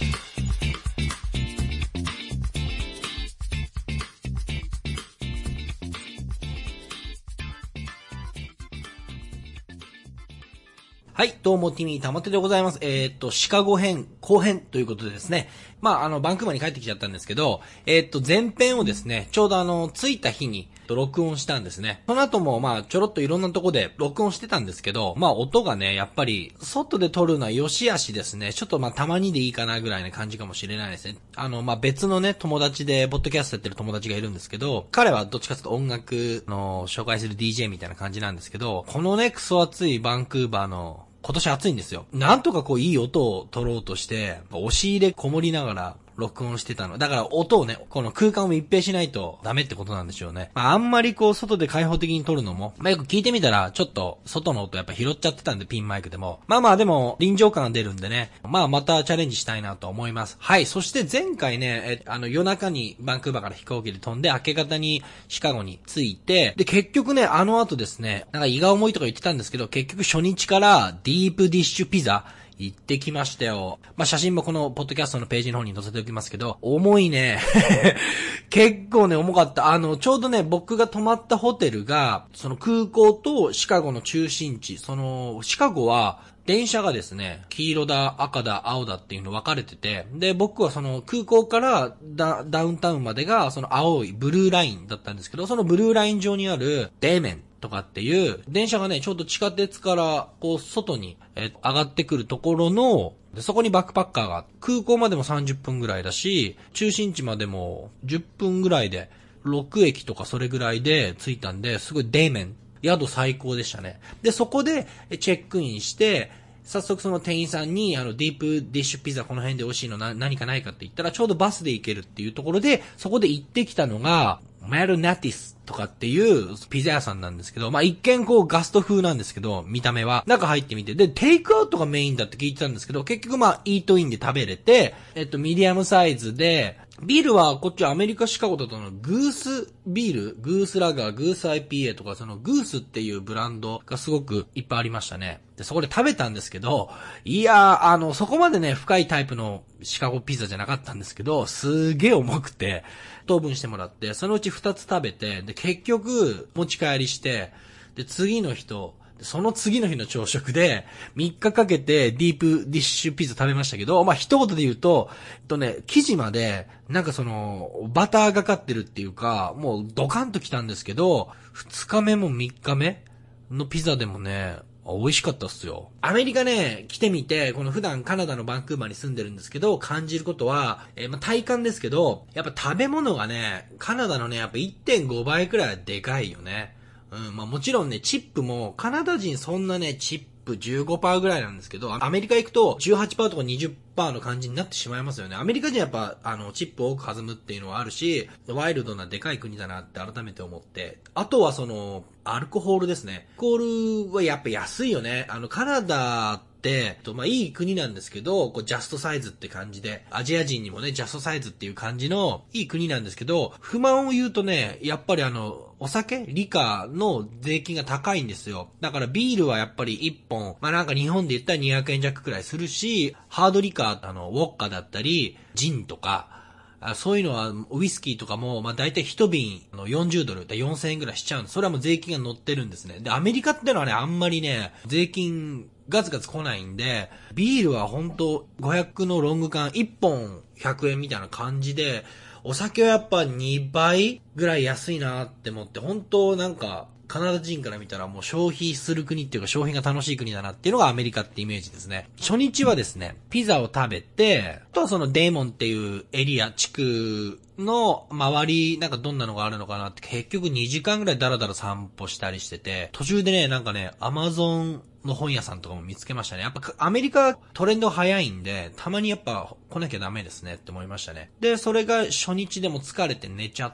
はい、どうも、ティミーたまてでございます。シカゴ編、後編ということでですね。バンクーバーに帰ってきちゃったんですけど、前編をですね、ちょうど着いた日に、録音したんですね。その後も、ちょろっといろんなとこで録音してたんですけど、音がね、やっぱり、外で撮るのは良し悪しですね。ちょっとたまにでいいかなぐらいな感じかもしれないですね。別のね、友達で、ポッドキャストやってる友達がいるんですけど、彼はどっちかというと音楽の紹介する DJ みたいな感じなんですけど、このね、クソ暑いバンクーバーの、今年暑いんですよ。なんとかいい音を取ろうとして、押し入れこもりながら録音してたの。だから音をね、この空間を密閉しないとダメってことなんでしょうね。あんまり外で開放的に撮るのも、よく聞いてみたら、ちょっと外の音やっぱ拾っちゃってたんで、ピンマイクでも。でも、臨場感が出るんでね。またチャレンジしたいなと思います。はい。そして前回ね、夜中にバンクーバーから飛行機で飛んで、明け方にシカゴに着いて、で、結局ね、後ですね、胃が重いとか言ってたんですけど、結局初日からディープディッシュピザ、行ってきましたよ。写真もこのポッドキャストのページの方に載せておきますけど、重いね。結構ね、重かった。ちょうどね、僕が泊まったホテルが、その空港とシカゴの中心地、シカゴは、電車がですね、黄色だ、赤だ、青だっていうの分かれてて、で、僕はその空港からダウンタウンまでが、その青いブルーラインだったんですけど、そのブルーライン上にあるデーメンとかっていう電車がね、ちょうど地下鉄から外に、上がってくるところの、でそこにバックパッカーが空港までも30分ぐらいだし、中心地までも10分ぐらいで6駅とかそれぐらいで着いたんで、すごいデーメン宿最高でしたね。で、そこでチェックインして、早速その店員さんにディープディッシュピザこの辺で美味しいの何かないかって言ったらちょうどバスで行けるっていうところで、そこで行ってきたのが、マルナティスとかっていうピザ屋さんなんですけど、一見ガスト風なんですけど、見た目は。中入ってみて、で、テイクアウトがメインだって聞いてたんですけど、結局イートインで食べれて、ミディアムサイズで、ビールはこっちアメリカシカゴだとグースビール、グースラガー、グース IPA とかそのグースっていうブランドがすごくいっぱいありましたね。で、そこで食べたんですけど、いやー、そこまでね、深いタイプのシカゴピザじゃなかったんですけど、すげー重くて、等分してもらって、そのうち2つ食べて、で、結局、持ち帰りして、で、その次の日の朝食で、3日かけてディープディッシュピザ食べましたけど、一言で言うと、生地まで、バターがかってるっていうか、もうドカンと来たんですけど、2日目も3日目のピザでもね、美味しかったっすよ。アメリカね、来てみて、この普段カナダのバンクーバーに住んでるんですけど、感じることは、体感ですけど、やっぱ食べ物がね、カナダのね、やっぱ 1.5 倍くらいでかいよね。もちろんね、チップも、カナダ人そんなね、チップ 15% ぐらいなんですけど、アメリカ行くと 18% とか 20% の感じになってしまいますよね。アメリカ人やっぱ、チップ多く弾むっていうのはあるし、ワイルドなでかい国だなって改めて思って。あとはアルコホールですね。アルコールはやっぱ安いよね。カナダいい国なんですけど、ジャストサイズって感じで、アジア人にもね、ジャストサイズっていう感じのいい国なんですけど、不満を言うとね、やっぱりお酒リカの税金が高いんですよ。だからビールはやっぱり1本、日本で言ったら200円弱くらいするし、ハードリカー、ウォッカだったり、ジンとか、そういうのは、ウイスキーとかも、だいたい一瓶40ドル、4000円ぐらいしちゃうんです。それはもう税金が乗ってるんですね。で、アメリカってのはね、あんまりね、税金、ガツガツ来ないんで、ビールはほんと500のロング缶1本100円みたいな感じで、お酒はやっぱ2倍ぐらい安いなって思って、本当カナダ人から見たらもう消費する国っていうか消費が楽しい国だなっていうのがアメリカってイメージですね。初日はですね、ピザを食べて、あとはそのデーモンっていうエリア、地区の周り、どんなのがあるのかなって結局2時間ぐらいダラダラ散歩したりしてて、途中でね、アマゾンの本屋さんとかも見つけましたね。やっぱアメリカトレンド早いんで、たまにやっぱ来なきゃダメですねって思いましたね。で、それが初日でも疲れて寝ちゃって、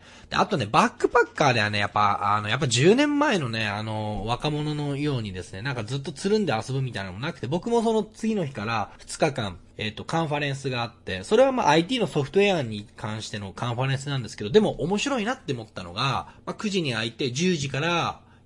で、あとね、バックパッカーではね、やっぱ10年前のね、若者のようにですね、ずっとつるんで遊ぶみたいなのもなくて、僕もその次の日から2日間、カンファレンスがあって、それはIT のソフトウェアに関してのカンファレンスなんですけど、でも面白いなって思ったのが、9時に開いて10時から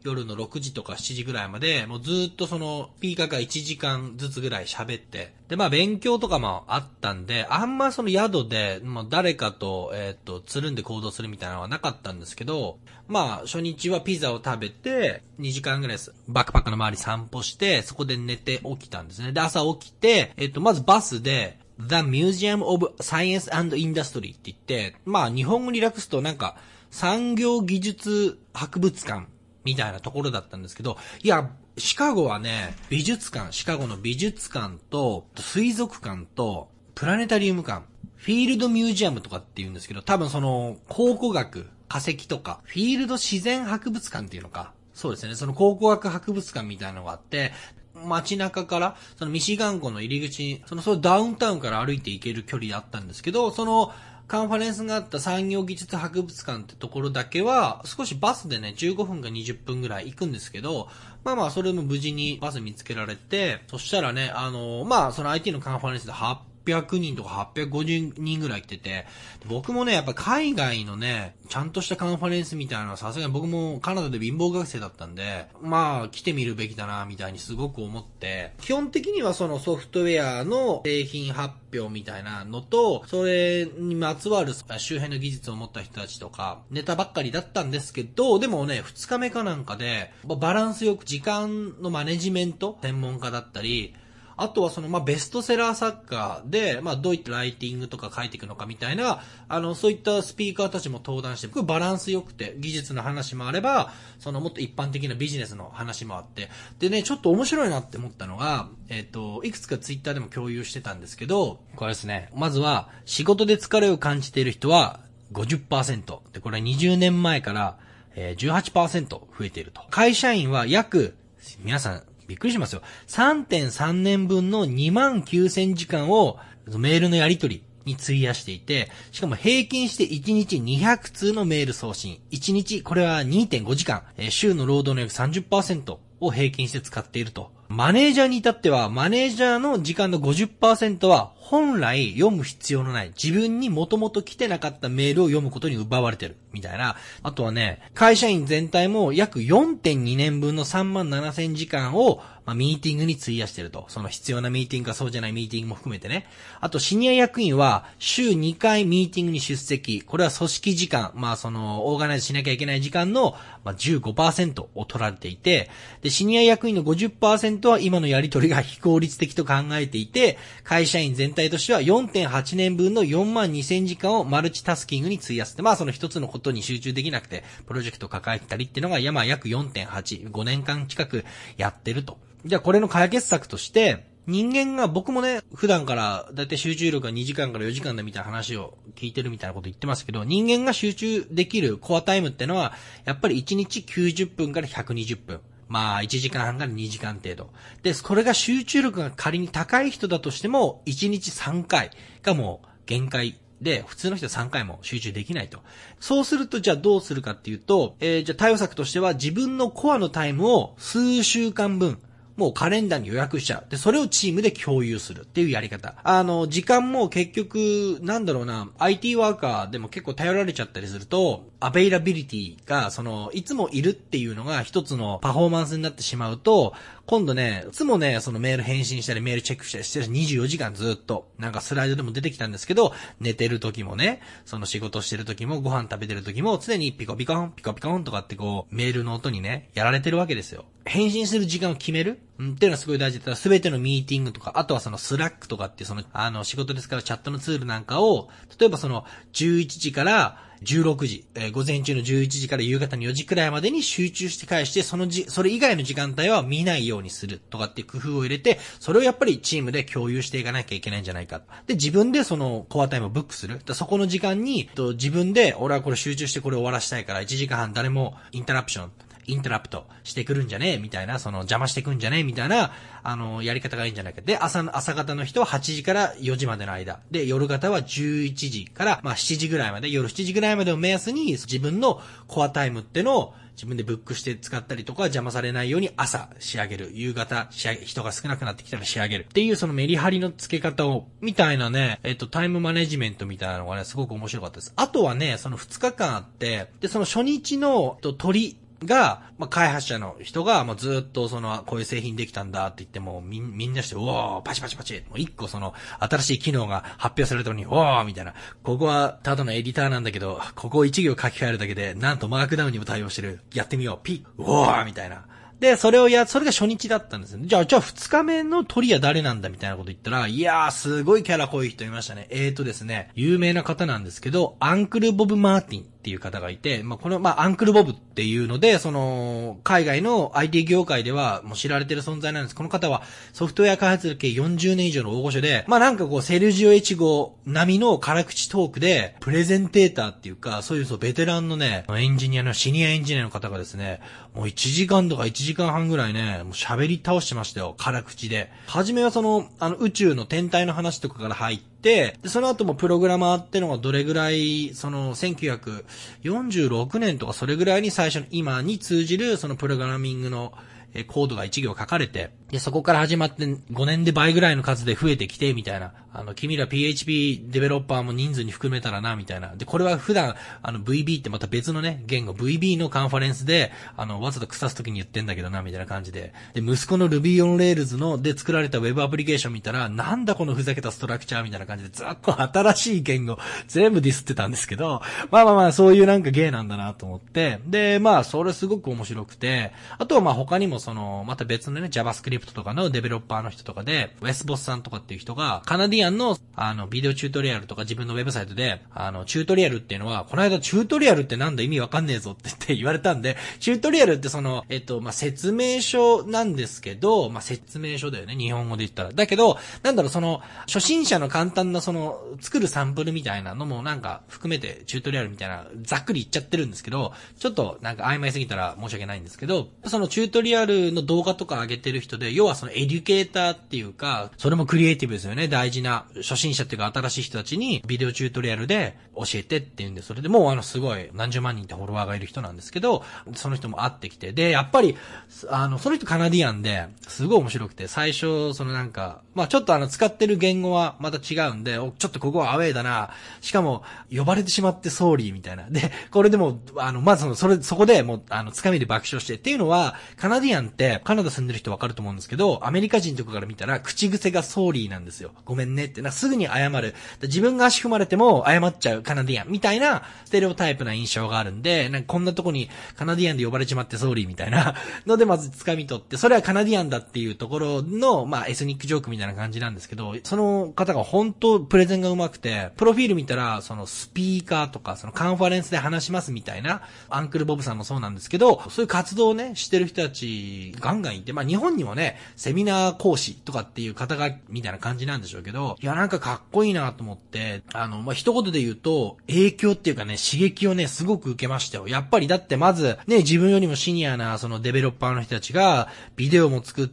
夜の6時とか7時ぐらいまで、もうずーっとその、スピーカーが1時間ずつぐらい喋って、で、まあ勉強とかもあったんで、あんまその宿で、もう誰かと、つるんで行動するみたいなのはなかったんですけど、まあ初日はピザを食べて、2時間ぐらいです。バックパックの周り散歩して、そこで寝て起きたんですね。で、朝起きて、まずバスで、The Museum of Science and Industry って言って、まあ日本語に訳すとなんか、産業技術博物館みたいなところだったんですけど、いや、シカゴはね、シカゴの美術館と、水族館と、プラネタリウム館、フィールドミュージアムとかって言うんですけど、多分その、考古学、化石とか、フィールド自然博物館っていうのか、そうですね、その考古学博物館みたいなのがあって、街中から、そのミシガン湖の入り口に、そのダウンタウンから歩いて行ける距離だったんですけど、その、カンファレンスがあった産業技術博物館ってところだけは、少しバスでね、15分か20分ぐらい行くんですけど、まあまあ、それも無事にバス見つけられて、そしたらね、まあ、その IT のカンファレンスで800人とか850人ぐらい来てて、僕もね、やっぱ海外のね、ちゃんとしたカンファレンスみたいなのはさすがに僕もカナダで貧乏学生だったんで、まあ来てみるべきだな、みたいにすごく思って、基本的にはそのソフトウェアの製品発表みたいなのと、それにまつわる周辺の技術を持った人たちとか、ネタばっかりだったんですけど、でもね、2日目かなんかで、バランスよく時間のマネジメント、専門家だったり、あとはその、まあ、ベストセラー作家で、まあ、どういったライティングとか書いていくのかみたいな、そういったスピーカーたちも登壇して、バランス良くて、技術の話もあれば、そのもっと一般的なビジネスの話もあって、でね、ちょっと面白いなって思ったのが、いくつかツイッターでも共有してたんですけど、これですね、まずは、仕事で疲れを感じている人は 50%。で、これは20年前から、18% 増えていると。会社員は皆さん、びっくりしますよ。3.3 年分の29,000時間をメールのやり取りに費やしていて、しかも平均して1日200通のメール送信。1日、これは 2.5 時間。週の労働の約 30% を平均して使っていると。マネージャーに至っては、マネージャーの時間の 50% は本来読む必要のない、自分にもともと来てなかったメールを読むことに奪われてる。みたいな。あとはね、会社員全体も約 4.2 年分の 37,000 時間を、ミーティングに費やしてると。その必要なミーティングかそうじゃないミーティングも含めてね。あと、シニア役員は週2回ミーティングに出席。これは組織時間、オーガナイズしなきゃいけない時間の、15% を取られていて、で、シニア役員の 50% は今のやり取りが非効率的と考えていて、会社員全体としては 4.8 年分の 42,000 時間をマルチタスキングに費やす。その一つのことに集中できなくて、プロジェクトを抱えてたりっていうのが、約 4.8、5年間近くやってると。じゃあこれの解決策として、人間が、僕もね、普段からだいたい集中力が2時間から4時間だみたいな話を聞いてるみたいなこと言ってますけど、人間が集中できるコアタイムってのは、やっぱり1日90分から120分。1時間半から2時間程度。で、これが集中力が仮に高い人だとしても、1日3回がもう限界。で、普通の人は3回も集中できないと。そうすると、じゃあどうするかっていうと、じゃあ対応策としては自分のコアのタイムを数週間分、もうカレンダーに予約しちゃう。で、それをチームで共有するっていうやり方。時間も結局、IT ワーカーでも結構頼られちゃったりすると、アベイラビリティが、いつもいるっていうのが一つのパフォーマンスになってしまうと、今度ね、いつもね、そのメール返信したり、メールチェックしたりしてる24時間ずっと、スライドでも出てきたんですけど、寝てる時もね、その仕事してる時も、ご飯食べてる時も、常にピコピコン、ピコピコンとかってメールの音にね、やられてるわけですよ。返信する時間を決めるっていうのはすごい大事だった。すべてのミーティングとか、あとはスラックとかっていう仕事ですからチャットのツールなんかを、例えば11時から16時、午前中の11時から夕方の4時くらいまでに集中して返して、それ以外の時間帯は見ないようにするとかっていう工夫を入れて、それをやっぱりチームで共有していかなきゃいけないんじゃないか。で、自分でコアタイムをブックする。そこの時間に、自分で、俺はこれ集中してこれ終わらしたいから、1時間半誰もインタラプトしてくるんじゃねえみたいな、邪魔してくんじゃねえみたいな、やり方がいいんじゃないか。で、朝方の人は8時から4時までの間。で、夜方は11時から、7時ぐらいまで、夜7時ぐらいまでを目安に、自分のコアタイムってのを、自分でブックして使ったりとか邪魔されないように朝仕上げる。夕方人が少なくなってきたら仕上げる。っていうメリハリの付け方を、みたいなね、タイムマネジメントみたいなのがね、すごく面白かったです。あとはね、2日間あって、で、初日の鳥が、まあ、開発者の人が、まあ、ずっとこういう製品できたんだって言っても、みんなして、うおー、パチパチパチ、もう一個新しい機能が発表されたのに、おー、みたいな。ここは、ただのエディターなんだけど、ここを一行書き換えるだけで、なんとマークダウンにも対応してる。やってみよう。ピッ、うおー、みたいな。で、それが初日だったんですよね。じゃあ二日目のトリは誰なんだみたいなこと言ったら、いやー、すごいキャラ濃い人いましたね。ですね、有名な方なんですけど、アンクル・ボブ・マーティンっていう方がいて、まあ、アンクル・ボブっていうので、海外の IT 業界ではもう知られてる存在なんです。この方はソフトウェア開発歴40年以上の大御所で、まあ、なんかセルジオ・エチゴ並みの辛口トークで、プレゼンテーターっていうか、そういうベテランのね、シニアエンジニアの方がですね、もう1時間とか1時間半ぐらいね、もう喋り倒してましたよ、辛口で。はじめは宇宙の天体の話とかから入って、で、その後もプログラマーってのがどれぐらい、1946年とかそれぐらいに最初の今に通じるプログラミングのコードが1行書かれて、で、そこから始まって5年で倍ぐらいの数で増えてきて、みたいな。君ら PHP デベロッパーも人数に含めたらな、みたいな。で、これは普段、VB ってまた別のね、言語 VB のカンファレンスで、わざと腐すときに言ってんだけどな、みたいな感じで。で、息子の Ruby on Rails で作られた Web アプリケーション見たら、なんだこのふざけたストラクチャーみたいな感じで、ずっと新しい言語、全部ディスってたんですけど、まあ、そういうなんか芸なんだなと思って、で、まあ、それすごく面白くて、あとはまあ他にもまた別のね、JavaScript とかのデベロッパーの人とかで、ウェスボスさんとかっていう人が、カナディアンの、ビデオチュートリアルとか自分のウェブサイトで、チュートリアルっていうのは、この間チュートリアルってなんだ意味わかんねえぞって言われたんで、チュートリアルってまあ、説明書なんですけど、まあ、説明書だよね、日本語で言ったら。だけど、初心者の簡単な作るサンプルみたいなのもなんか含めてチュートリアルみたいな、ざっくり言っちゃってるんですけど、ちょっとなんか曖昧すぎたら申し訳ないんですけど、チュートリアルの動画とか上げてる人で、要はエデュケーターっていうか、それもクリエイティブですよね。大事な初心者っていうか新しい人たちにビデオチュートリアルで教えてっていうんで、それでもうすごい何十万人ってフォロワーがいる人なんですけど、その人も会ってきて、で、やっぱり、その人カナディアンで、すごい面白くて、最初、なんか、まあちょっと使ってる言語はまた違うんで、ちょっとここはアウェイだな。しかも、呼ばれてしまってソーリーみたいな。で、これでも、まずそこでもう、つかみで爆笑して、っていうのは、カナディアンって、カナダ住んでる人わかると思うんですけど、アメリカ人とかから見たら、口癖がソーリーなんですよ。ごめんねって。すぐに謝る。自分が足踏まれても謝っちゃうカナディアンみたいな、ステレオタイプな印象があるんで、なんかこんなとこにカナディアンで呼ばれちまってソーリーみたいなので、まず掴み取って、それはカナディアンだっていうところの、まあ、エスニックジョークみたいな感じなんですけど、その方が本当プレゼンが上手くて、プロフィール見たら、スピーカーとか、カンファレンスで話しますみたいな、アンクルボブさんもそうなんですけど、そういう活動をね、してる人たち、ガンガンいて、まあ、日本にもね、セミナー講師とかっていう方が、みたいな感じなんでしょうけど、いや、なんかかっこいいなと思って、まあ、一言で言うと、影響っていうかね、刺激をね、すごく受けましたよ。やっぱりだってまず、ね、自分よりもシニアな、デベロッパーの人たちが、ビデオも作って、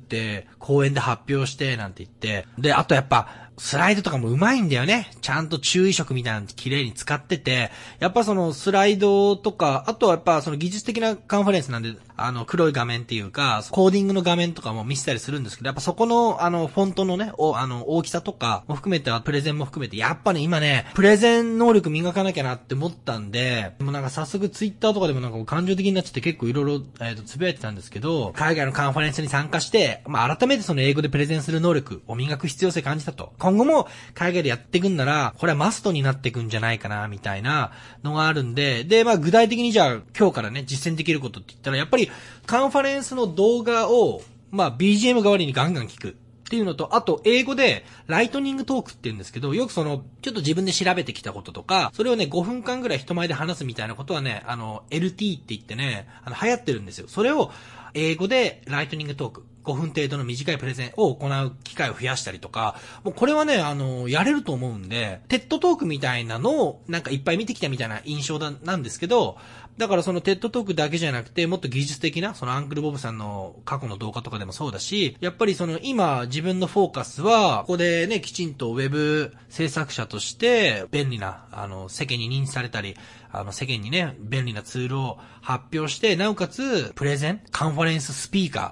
講演で発表して、なんて言って、で、あとやっぱ、スライドとかも上手いんだよね。ちゃんと注意色みたいなの綺麗に使ってて、やっぱスライドとか、あとはやっぱ技術的なカンファレンスなんで、黒い画面っていうか、コーディングの画面とかも見せたりするんですけど、やっぱそこの、フォントのね、大きさとかも含めては、プレゼンも含めて、やっぱね、今ね、プレゼン能力磨かなきゃなって思ったんで、もうなんか早速ツイッターとかでもなんか感情的になっちゃって結構いろいろ、つぶやいてたんですけど、海外のカンファレンスに参加して、まあ改めて英語でプレゼンする能力を磨く必要性感じたと。今後も海外でやっていくんなら、これはマストになっていくんじゃないかな、みたいなのがあるんで、で、まあ具体的にじゃあ今日からね、実践できることって言ったら、やっぱりカンファレンスの動画を、まあ BGM 代わりにガンガン聞く。っていうのと、あと、英語で、ライトニングトークって言うんですけど、よくちょっと自分で調べてきたこととか、それをね、5分間ぐらい人前で話すみたいなことはね、LT って言ってね、流行ってるんですよ。それを、英語で、ライトニングトーク。5分程度の短いプレゼンを行う機会を増やしたりとか、もうこれはね、やれると思うんで、テッドトークみたいなのをなんかいっぱい見てきたみたいな印象なんですけど、だからテッドトークだけじゃなくて、もっと技術的な、アンクルボブさんの過去の動画とかでもそうだし、やっぱり今自分のフォーカスは、ここでね、きちんとウェブ制作者として便利な、世間に認知されたり、世間にね、便利なツールを発表して、なおかつ、プレゼン、カンファレンススピーカー、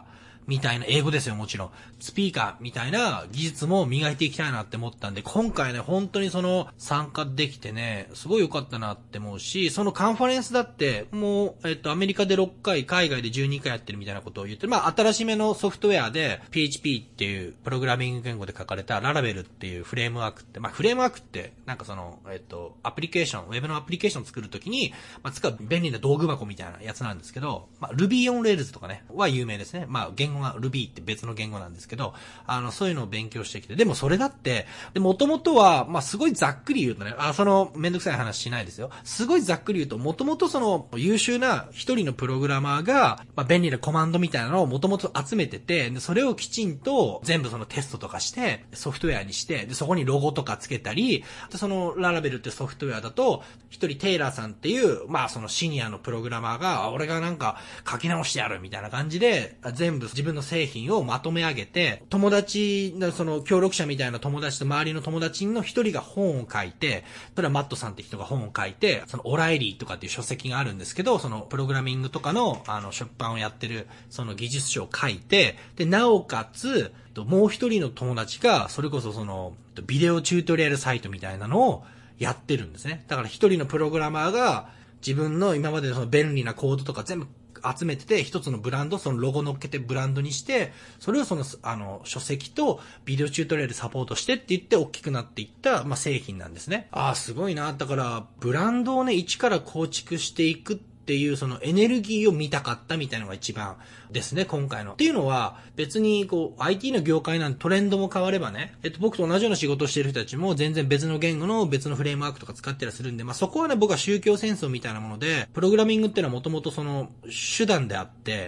みたいな、英語ですよもちろん。スピーカーみたいな技術も磨いていきたいなって思ったんで、今回ね、本当に参加できてね、すごい良かったなって思うし、そのカンファレンスだって、もう、アメリカで6回、海外で12回やってるみたいなことを言ってる。新しめのソフトウェアで、PHP っていうプログラミング言語で書かれたララベルっていうフレームワークって、フレームワークって、アプリケーション、ウェブのアプリケーションを作るときに、使う便利な道具箱みたいなやつなんですけど、Ruby on Rails とかね、は有名ですね。言語が Ruby って別の言語なんですけど、そういうのを勉強してきて、でもそれだって、元々は、すごいざっくり言うとね、めんどくさい話しないですよ。すごいざっくり言うと、元々優秀な一人のプログラマーが、便利なコマンドみたいなのを元々集めてて、でそれをきちんと全部テストとかして、ソフトウェアにして、でそこにロゴとかつけたり、でララベルってソフトウェアだと、一人テイラーさんっていう、シニアのプログラマーが、俺がなんか書き直してやるみたいな感じで、全部自分の製品をまとめ上げて、友達の協力者みたいな友達と周りの友達の一人が本を書いて、それはマットさんって人が本を書いて、オライリーとかっていう書籍があるんですけど、プログラミングとかの、出版をやってる、技術書を書いて、で、なおかつ、もう一人の友達が、それこそビデオチュートリアルサイトみたいなのをやってるんですね。だから一人のプログラマーが、自分の今までの便利なコードとか全部集めてて、一つのブランド、ロゴ乗っけてブランドにして、それを書籍とビデオチュートリアルサポートしてって言って大きくなっていった、製品なんですね。すごいな。だから、ブランドをね、一から構築していくっていうエネルギーを見たかったみたいなのが一番ですね、今回の。っていうのは、別にIT の業界なんてトレンドも変わればね、僕と同じような仕事をしている人たちも全然別の言語の別のフレームワークとか使ってらするんで、そこはね、僕は宗教戦争みたいなもので、プログラミングっていうのはもともと手段であって、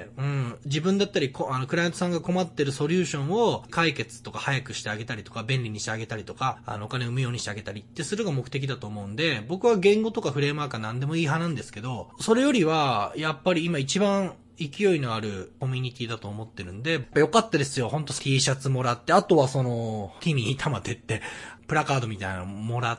自分だったり、クライアントさんが困ってるソリューションを解決とか早くしてあげたりとか、便利にしてあげたりとか、お金を生むようにしてあげたりってするが目的だと思うんで、僕は言語とかフレームワークは何でもいい派なんですけど、それよりは、やっぱり今一番勢いのあるコミュニティだと思ってるんで、よかったですよ。ほんと T シャツもらって、あとはティミー玉手って、プラカードみたいなのもらって、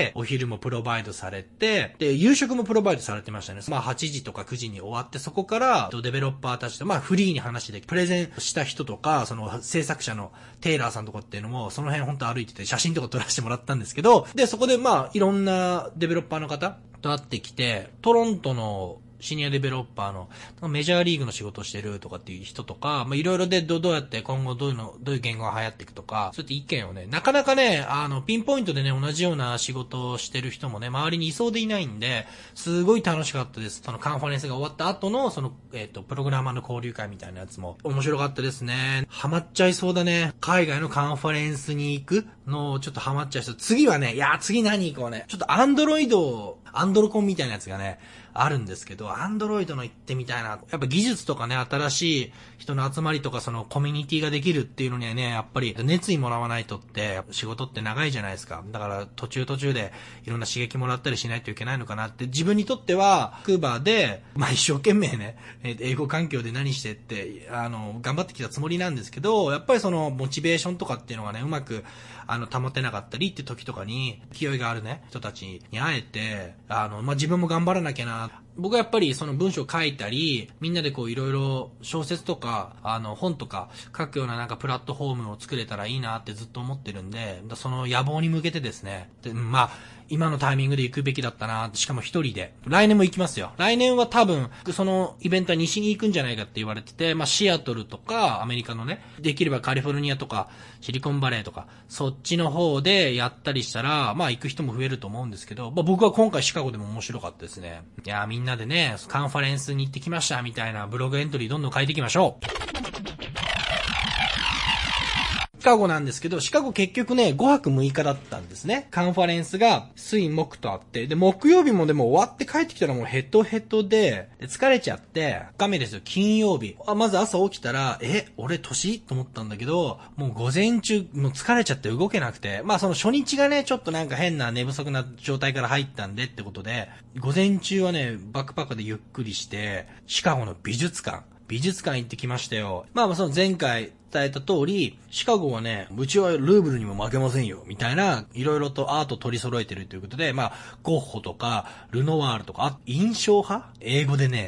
お昼もプロバイドされて、で、夕食もプロバイドされてましたね。8時とか9時に終わって、そこから、デベロッパーたちと、フリーに話で、プレゼンした人とか、制作者のテイラーさんとかっていうのも、その辺ほんと歩いてて、写真とか撮らせてもらったんですけど、で、そこでいろんなデベロッパーの方と会ってきて、トロントのシニアデベロッパーのメジャーリーグの仕事をしてるとかっていう人とか、いろいろでどうやって今後どういう言語が流行っていくとか、そうやって意見をね、なかなかね、ピンポイントでね、同じような仕事をしてる人もね、周りにいそうでいないんで、すごい楽しかったです。カンファレンスが終わった後の、プログラマーの交流会みたいなやつも面白かったですね。ハマっちゃいそうだね。海外のカンファレンスに行くのちょっとハマっちゃいそう。次はね、次何行こうね。ちょっとアンドロコンみたいなやつがね、あるんですけど、アンドロイドの行ってみたいな。やっぱ技術とかね、新しい人の集まりとかコミュニティができるっていうのにはね、やっぱり熱意もらわないとって、仕事って長いじゃないですか。だから途中でいろんな刺激もらったりしないといけないのかなって、自分にとっては、クーバーで、一生懸命ね、英語環境で何してって、頑張ってきたつもりなんですけど、やっぱりモチベーションとかっていうのがね、うまく、保てなかったりって時とかに、勢いがあるね、人たちに会えて、自分も頑張らなきゃな。僕はやっぱり文章を書いたり、みんなでいろいろ小説とか、本とか書くようなプラットフォームを作れたらいいなってずっと思ってるんで、その野望に向けてですね、で今のタイミングで行くべきだったな、しかも一人で。来年も行きますよ。来年は多分、そのイベントは西に行くんじゃないかって言われてて、シアトルとか、アメリカのね、できればカリフォルニアとか、シリコンバレーとか、そっちの方でやったりしたら、行く人も増えると思うんですけど、僕は今回シカゴでも面白かったですね。いやみんなでね、カンファレンスに行ってきましたみたいなブログエントリーどんどん書いていきましょう。シカゴなんですけど、シカゴ結局ね、5泊6日だったんですね。カンファレンスが水木とあって、で、木曜日もでも終わって帰ってきたらもうヘトヘトで、疲れちゃって、ダメですよ、金曜日。まず朝起きたら、俺年と思ったんだけど、もう午前中、もう疲れちゃって動けなくて、その初日がね、ちょっと変な寝不足な状態から入ったんでってことで、午前中はね、バックパックでゆっくりして、シカゴの美術館行ってきましたよ。その前回伝えた通り、シカゴはね、うちはルーブルにも負けませんよ、みたいな、いろいろとアート取り揃えてるということで、ゴッホとか、ルノワールとか、印象派？英語でね、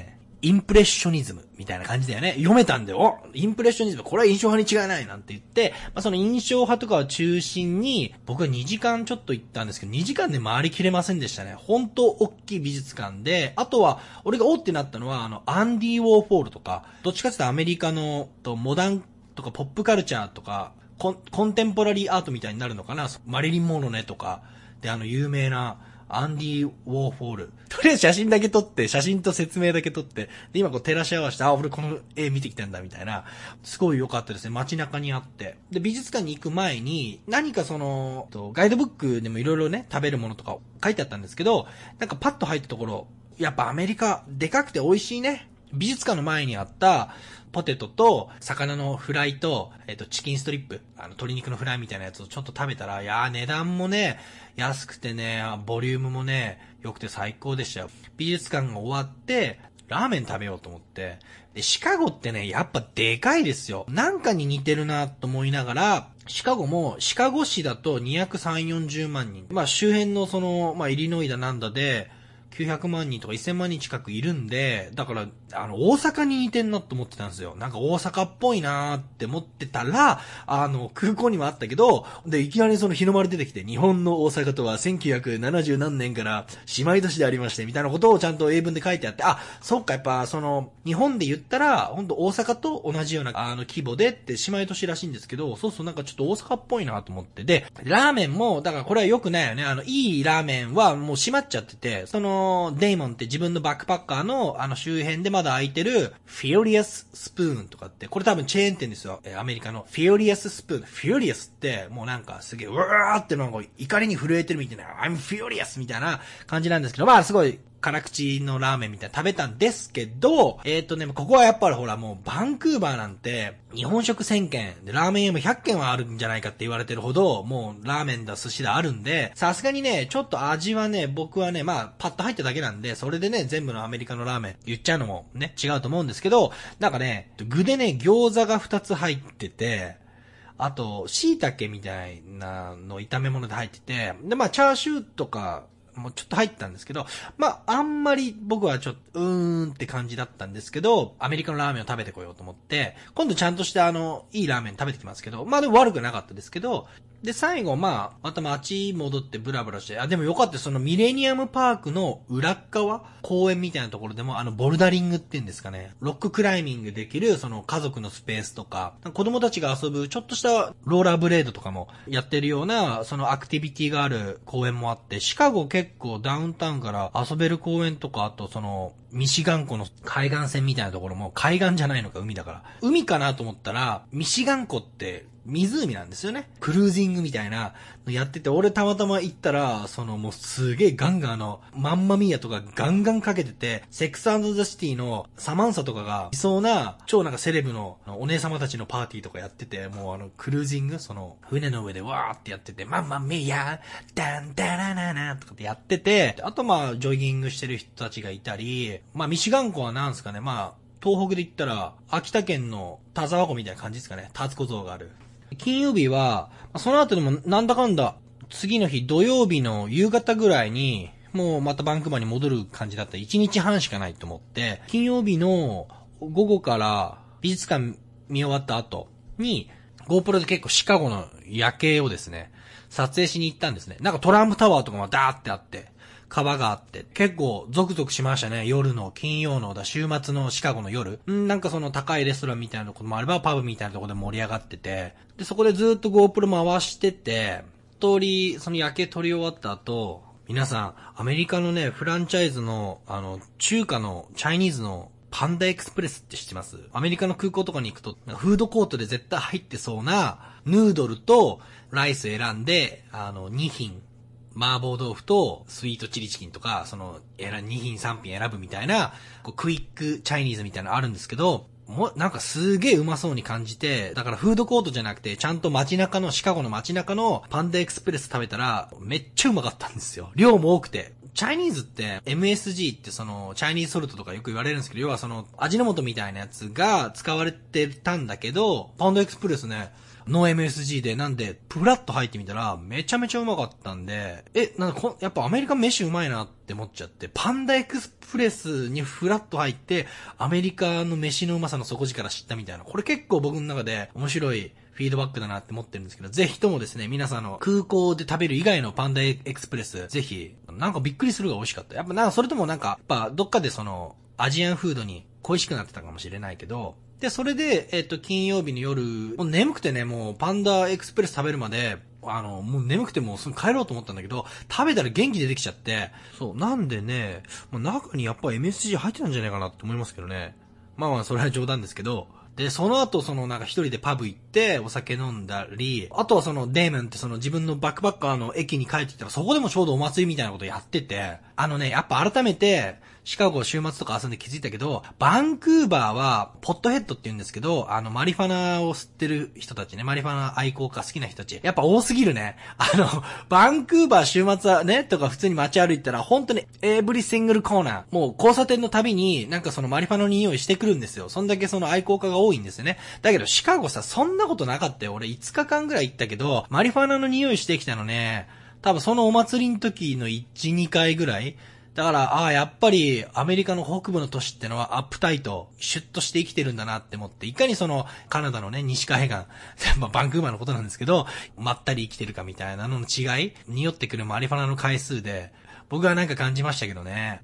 インプレッショニズムみたいな感じだよね。読めたんで、インプレッショニズム、これは印象派に違いないなんて言って、その印象派とかを中心に、僕は2時間ちょっと行ったんですけど、2時間で回りきれませんでしたね。本当大きい美術館で、あとは、俺がってなったのは、アンディ・ウォーホールとか、どっちかっていうとアメリカの、モダンとかポップカルチャーとか、コンテンポラリーアートみたいになるのかな。マリリン・モノネとか、で、有名な、アンディ・ウォーホール。とりあえず写真だけ撮って、写真と説明だけ撮って、で、今照らし合わせて、俺この絵見てきたんだ、みたいな。すごい良かったですね。街中にあって。で、美術館に行く前に、何かガイドブックでもいろいろね、食べるものとか書いてあったんですけど、なんかパッと入ったところ、やっぱアメリカ、でかくて美味しいね。美術館の前にあった、ポテトと、魚のフライと、チキンストリップ、鶏肉のフライみたいなやつをちょっと食べたら、値段もね、安くてね、ボリュームもね、良くて最高でしたよ。美術館が終わって、ラーメン食べようと思って。で、シカゴってね、やっぱでかいですよ。なんかに似てるなと思いながら、シカゴ市だと230、40万人。周辺のイリノイだなんだで、900万人とか1000万人近くいるんで、だから、大阪に似てんなと思ってたんですよ。なんか大阪っぽいなーって思ってたら、空港にもあったけど、で、いきなり日の丸出てきて、日本の大阪とは1970何年から姉妹都市でありまして、みたいなことをちゃんと英文で書いてあって、そっか、やっぱ、日本で言ったら、ほんと大阪と同じような、規模でって姉妹都市らしいんですけど、そうなんかちょっと大阪っぽいなと思って。で、ラーメンも、だからこれは良くないよね。いいラーメンはもう閉まっちゃってて、デイモンって自分のバックパッカーの周辺でまだ空いてるフィオリアススプーンとかって、これ多分チェーン店ですよ。アメリカのフィオリアススプーン。フィオリアスってもうなんかすげえ、うわーってなんか怒りに震えてるみたいな、I'm furious みたいな感じなんですけど、すごい、辛口のラーメンみたいな食べたんですけど、ここはやっぱりほらもうバンクーバーなんて日本食1000軒でラーメン屋も100軒はあるんじゃないかって言われてるほどもうラーメンだ寿司だあるんで、さすがにね、ちょっと味はね、僕はね、パッと入っただけなんで、それでね、全部のアメリカのラーメン言っちゃうのもね、違うと思うんですけど、なんかね、具でね、餃子が2つ入ってて、あと、椎茸みたいなの炒め物で入ってて、で、チャーシューとか、もうちょっと入ったんですけど、あんまり僕はちょっと、って感じだったんですけど、アメリカのラーメンを食べてこようと思って、今度ちゃんとしたいいラーメン食べてきますけど、でも悪くなかったですけど、で、最後、また街戻ってブラブラして、でもよかった、ミレニアムパークの裏っ側、公園みたいなところでも、ボルダリングって言うんですかね、ロッククライミングできる、家族のスペースとか、子供たちが遊ぶ、ちょっとしたローラーブレードとかもやってるような、アクティビティがある公園もあって、シカゴ結構ダウンタウンから遊べる公園とか、あとミシガン湖の海岸線みたいなところも、海岸じゃないのか、海だから。海かなと思ったら、ミシガン湖って、湖なんですよね。クルージングみたいなのやってて、俺たまたま行ったら、もうすげえガンガンマンマミーヤとかガンガンかけてて、セックス&ザ・シティのサマンサとかがいそうな、超なんかセレブのお姉様たちのパーティーとかやってて、もうクルージング、船の上でわーってやってて、マンマミーヤダンダラナナとかってやってて、あとジョギングしてる人たちがいたり、ミシガン湖はなんすかね、東北で言ったら、秋田県の田沢湖みたいな感じですかね。田津湖像がある。金曜日は、その後でもなんだかんだ、次の日土曜日の夕方ぐらいに、もうまたバンクーバーに戻る感じだった。1日半しかないと思って、金曜日の午後から美術館見終わった後に、GoPro で結構シカゴの夜景をですね、撮影しに行ったんですね。なんかトランプタワーとかもダーってあって、川があって、結構ゾクゾクしましたね。夜の、金曜の、週末のシカゴの夜。なんか高いレストランみたいなところもあれば、パブみたいなところで盛り上がってて、で、そこでずっと GoPro 回してて、夜景撮り終わった後、皆さん、アメリカのね、フランチャイズの、中華の、チャイニーズの、パンダエクスプレスって知ってます？アメリカの空港とかに行くと、フードコートで絶対入ってそうな、ヌードルとライス選んで、2品、麻婆豆腐とスイートチリチキンとか、2品3品選ぶみたいな、クイックチャイニーズみたいなのあるんですけど、なんかすげえうまそうに感じて、だからフードコートじゃなくて、ちゃんとシカゴの街中のパンダエクスプレス食べたら、めっちゃうまかったんですよ。量も多くて。チャイニーズって、MSG ってチャイニーズソルトとかよく言われるんですけど、要は味の素みたいなやつが使われてたんだけど、パンダエクスプレスね、 ノー MSG で、なんで、プラッと入ってみたら、めちゃめちゃうまかったんで、やっぱアメリカ飯うまいなって思っちゃって、パンダエクスプレスにフラッと入って、アメリカの飯のうまさの底力知ったみたいな、これ結構僕の中で面白いフィードバックだなって思ってるんですけど、ぜひともですね、皆さん空港で食べる以外のパンダエクスプレス、ぜひ、なんかびっくりするが美味しかった。やっぱそれともやっぱどっかでアジアンフードに恋しくなってたかもしれないけど、で、それで、金曜日の夜、もう眠くてね、もうパンダエクスプレス食べるまで、もう眠くてもうすぐ帰ろうと思ったんだけど、食べたら元気出てきちゃって、そう、なんでね、中にやっぱ MSG 入ってたんじゃないかなって思いますけどね。それは冗談ですけど、で、その後一人でパブ行って、お酒飲んだり、あとはデーモンって自分のバックパッカーの駅に帰ってきたら、そこでもちょうどお祭りみたいなことやってて、やっぱ改めて、シカゴ週末とか遊んで気づいたけど、バンクーバーは、ポットヘッドって言うんですけど、マリファナを吸ってる人たちね、マリファナ愛好家好きな人たち、やっぱ多すぎるね。バンクーバー週末はね、とか普通に街歩いたら、本当にエブリシングルコーナー、もう交差点のたびに、マリファナの匂いしてくるんですよ。そんだけ愛好家が多いんですよね。だけどシカゴさ、そんなことなかったよ。俺5日間ぐらい行ったけど、マリファナの匂いしてきたのね、多分そのお祭りの時の1、2回ぐらい。だから、やっぱりアメリカの北部の都市ってのはアップタイト、シュッとして生きてるんだなって思って、いかにカナダのね、西海岸、バンクーバーのことなんですけど、まったり生きてるかみたいなのの違い、匂ってくるマリファナの回数で、僕はなんか感じましたけどね。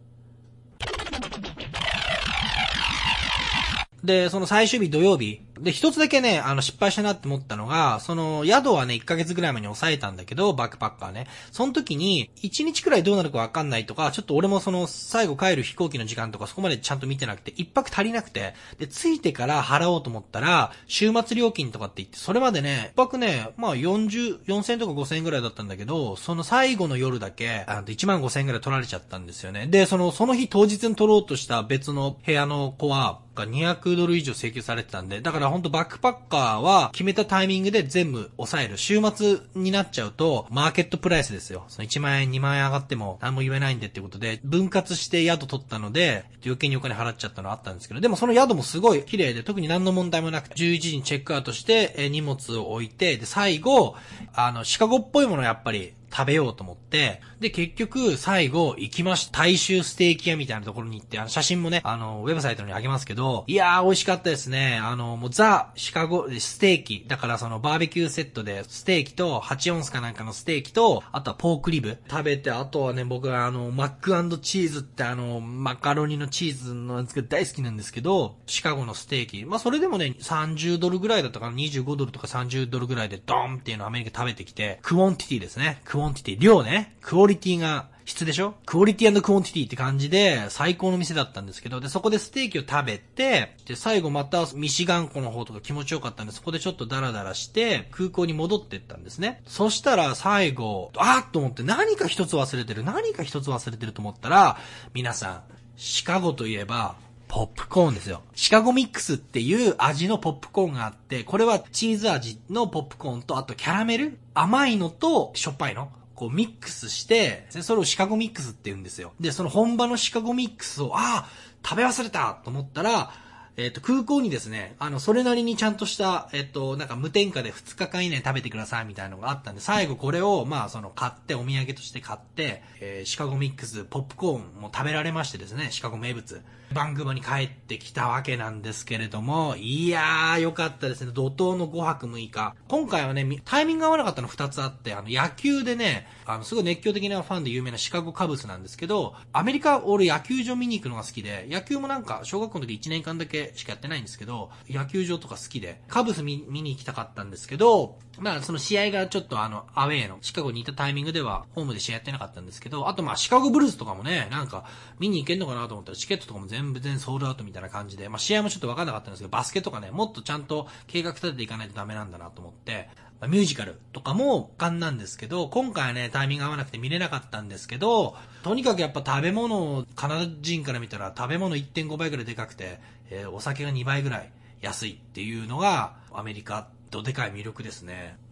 で、最終日土曜日。で、一つだけね、失敗したなって思ったのが、宿はね、1ヶ月ぐらい前に抑えたんだけど、バックパッカーね。その時に、1日くらいどうなるかわかんないとか、ちょっと俺も最後帰る飛行機の時間とかそこまでちゃんと見てなくて、1泊足りなくて、で、着いてから払おうと思ったら、週末料金とかって言って、それまでね、1泊ね、4000とか5000円ぐらいだったんだけど、最後の夜だけ、1万5000円ぐらい取られちゃったんですよね。で、その日当日に取ろうとした別の部屋の子は、$200以上請求されてたんで、だからほんとバックパッカーは決めたタイミングで全部抑える。週末になっちゃうと、マーケットプライスですよ。1万円、2万円上がっても何も言えないんでってことで、分割して宿取ったので、余計にお金払っちゃったのはあったんですけど、でもその宿もすごい綺麗で、特に何の問題もなくて、11時にチェックアウトして、荷物を置いて、で、最後、シカゴっぽいものやっぱり、食べようと思って、で、結局、最後、行きました。大衆ステーキ屋みたいなところに行って、写真もね、ウェブサイトにあげますけど、いやー、美味しかったですね。もうザ・シカゴ、ステーキ。だからバーベキューセットで、ステーキと、8オンスかなんかのステーキと、あとはポークリブ。食べて、あとはね、僕はマック&チーズってマカロニのチーズのやつが大好きなんですけど、シカゴのステーキ。それでもね、$30ぐらいだったかな、$25とか$30ぐらいで、ドーンっていうのをアメリカ食べてきて、クオンティティですね。クオンティティ、量ね。クオリティが質でしょ？クオリティ&クオンティティって感じで最高の店だったんですけど、で、そこでステーキを食べて、で、最後またミシガン湖の方とか気持ちよかったんで、そこでちょっとダラダラして空港に戻ってったんですね。そしたら最後、と思って何か一つ忘れてると思ったら、皆さん、シカゴといえば、ポップコーンですよ。シカゴミックスっていう味のポップコーンがあって、これはチーズ味のポップコーンと、あとキャラメル？甘いのとしょっぱいの？ミックスして、それをシカゴミックスって言うんですよ。で、その本場のシカゴミックスを、食べ忘れたと思ったら、空港にですね、それなりにちゃんとした、なんか無添加で2日間以内食べてくださいみたいなのがあったんで、最後これを、買って、お土産として買って、シカゴミックス、ポップコーンも食べられましてですね、シカゴ名物。バンクーバーに帰ってきたわけなんですけれども、いやー、よかったですね。怒涛の5泊6日。今回はね、タイミング合わなかったの2つあって、野球でね、すごい熱狂的なファンで有名なシカゴカブスなんですけど、アメリカ、俺野球場見に行くのが好きで、野球もなんか、小学校の時1年間だけしかやってないんですけど、野球場とか好きで、カブス見に行きたかったんですけど、その試合がちょっとアウェーの、シカゴにいたタイミングでは、ホームで試合やってなかったんですけど、あとシカゴブルーズとかもね、なんか、見に行けんのかなと思ったら、チケットとかも全然ソールドアウトみたいな感じで、試合もちょっとわかんなかったんですけど、バスケとかね、もっとちゃんと計画立てていかないとダメなんだなと思って、ミュージカルとかも勘なんですけど、今回はね、タイミング合わなくて見れなかったんですけど、とにかくやっぱ食べ物、カナダ人から見たら食べ物 1.5 倍ぐらいでかくて、お酒が2倍ぐらい安いっていうのが、アメリカとでかい魅力ですね。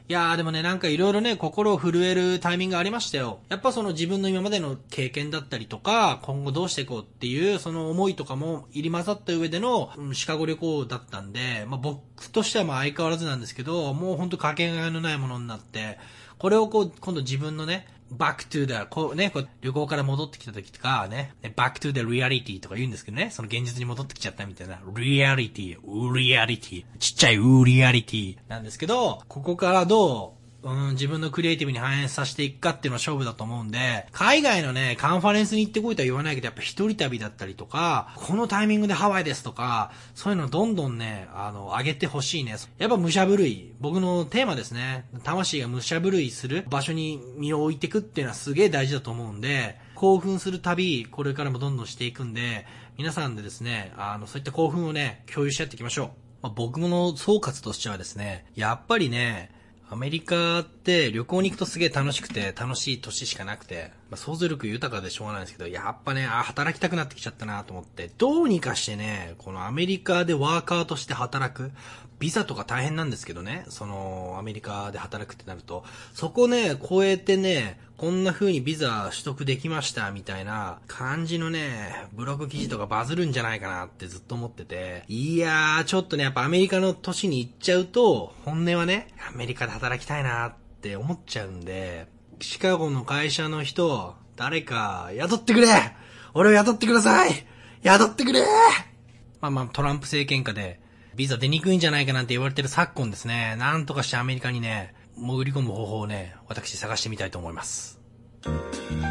いやーでもね、なんかいろいろね、心を震えるタイミングがありましたよ。やっぱその自分の今までの経験だったりとか、今後どうしていこうっていう、その思いとかも入り混ざった上での、シカゴ旅行だったんで、まあ僕としてはまあ相変わらずなんですけど、もうほんとかけがえのないものになって、これをこう、今度自分のね、back to the, こうね、こう旅行から戻ってきた時とかね、back to the reality とか言うんですけどね、その現実に戻ってきちゃったみたいな、reality ちっちゃいreality なんですけど、ここからどう、自分のクリエイティブに反映させていくかっていうのは勝負だと思うんで、海外のね、カンファレンスに行ってこいとは言わないけど、やっぱ一人旅だったりとか、このタイミングでハワイですとか、そういうのどんどんね、上げてほしいね。やっぱ武者震い。僕のテーマですね。魂が武者震いする場所に身を置いていくっていうのはすげえ大事だと思うんで、興奮する旅、これからもどんどんしていくんで、皆さんでですね、そういった興奮をね、共有し合っていきましょう。まあ、僕の総括としてはですね、やっぱりね、アメリカって旅行に行くとすげえ楽しくて楽しい年しかなくて、まあ、想像力豊かでしょうがないんですけど、やっぱね、働きたくなってきちゃったなと思って、どうにかしてね、このアメリカでワーカーとして働く、ビザとか大変なんですけどね、そのアメリカで働くってなると、そこね、超えてね、こんな風にビザ取得できましたみたいな感じのね、ブログ記事とかバズるんじゃないかなってずっと思ってて、いやー、ちょっとね、やっぱアメリカの都市に行っちゃうと、本音はね、アメリカで働きたいなって思っちゃうんで、シカゴの会社の人、誰か雇ってくれ！俺を雇ってください！雇ってくれ！まあトランプ政権下で、ビザ出にくいんじゃないかなんて言われてる昨今ですね、なんとかしてアメリカにね、潜り込む方法をね、私探してみたいと思います。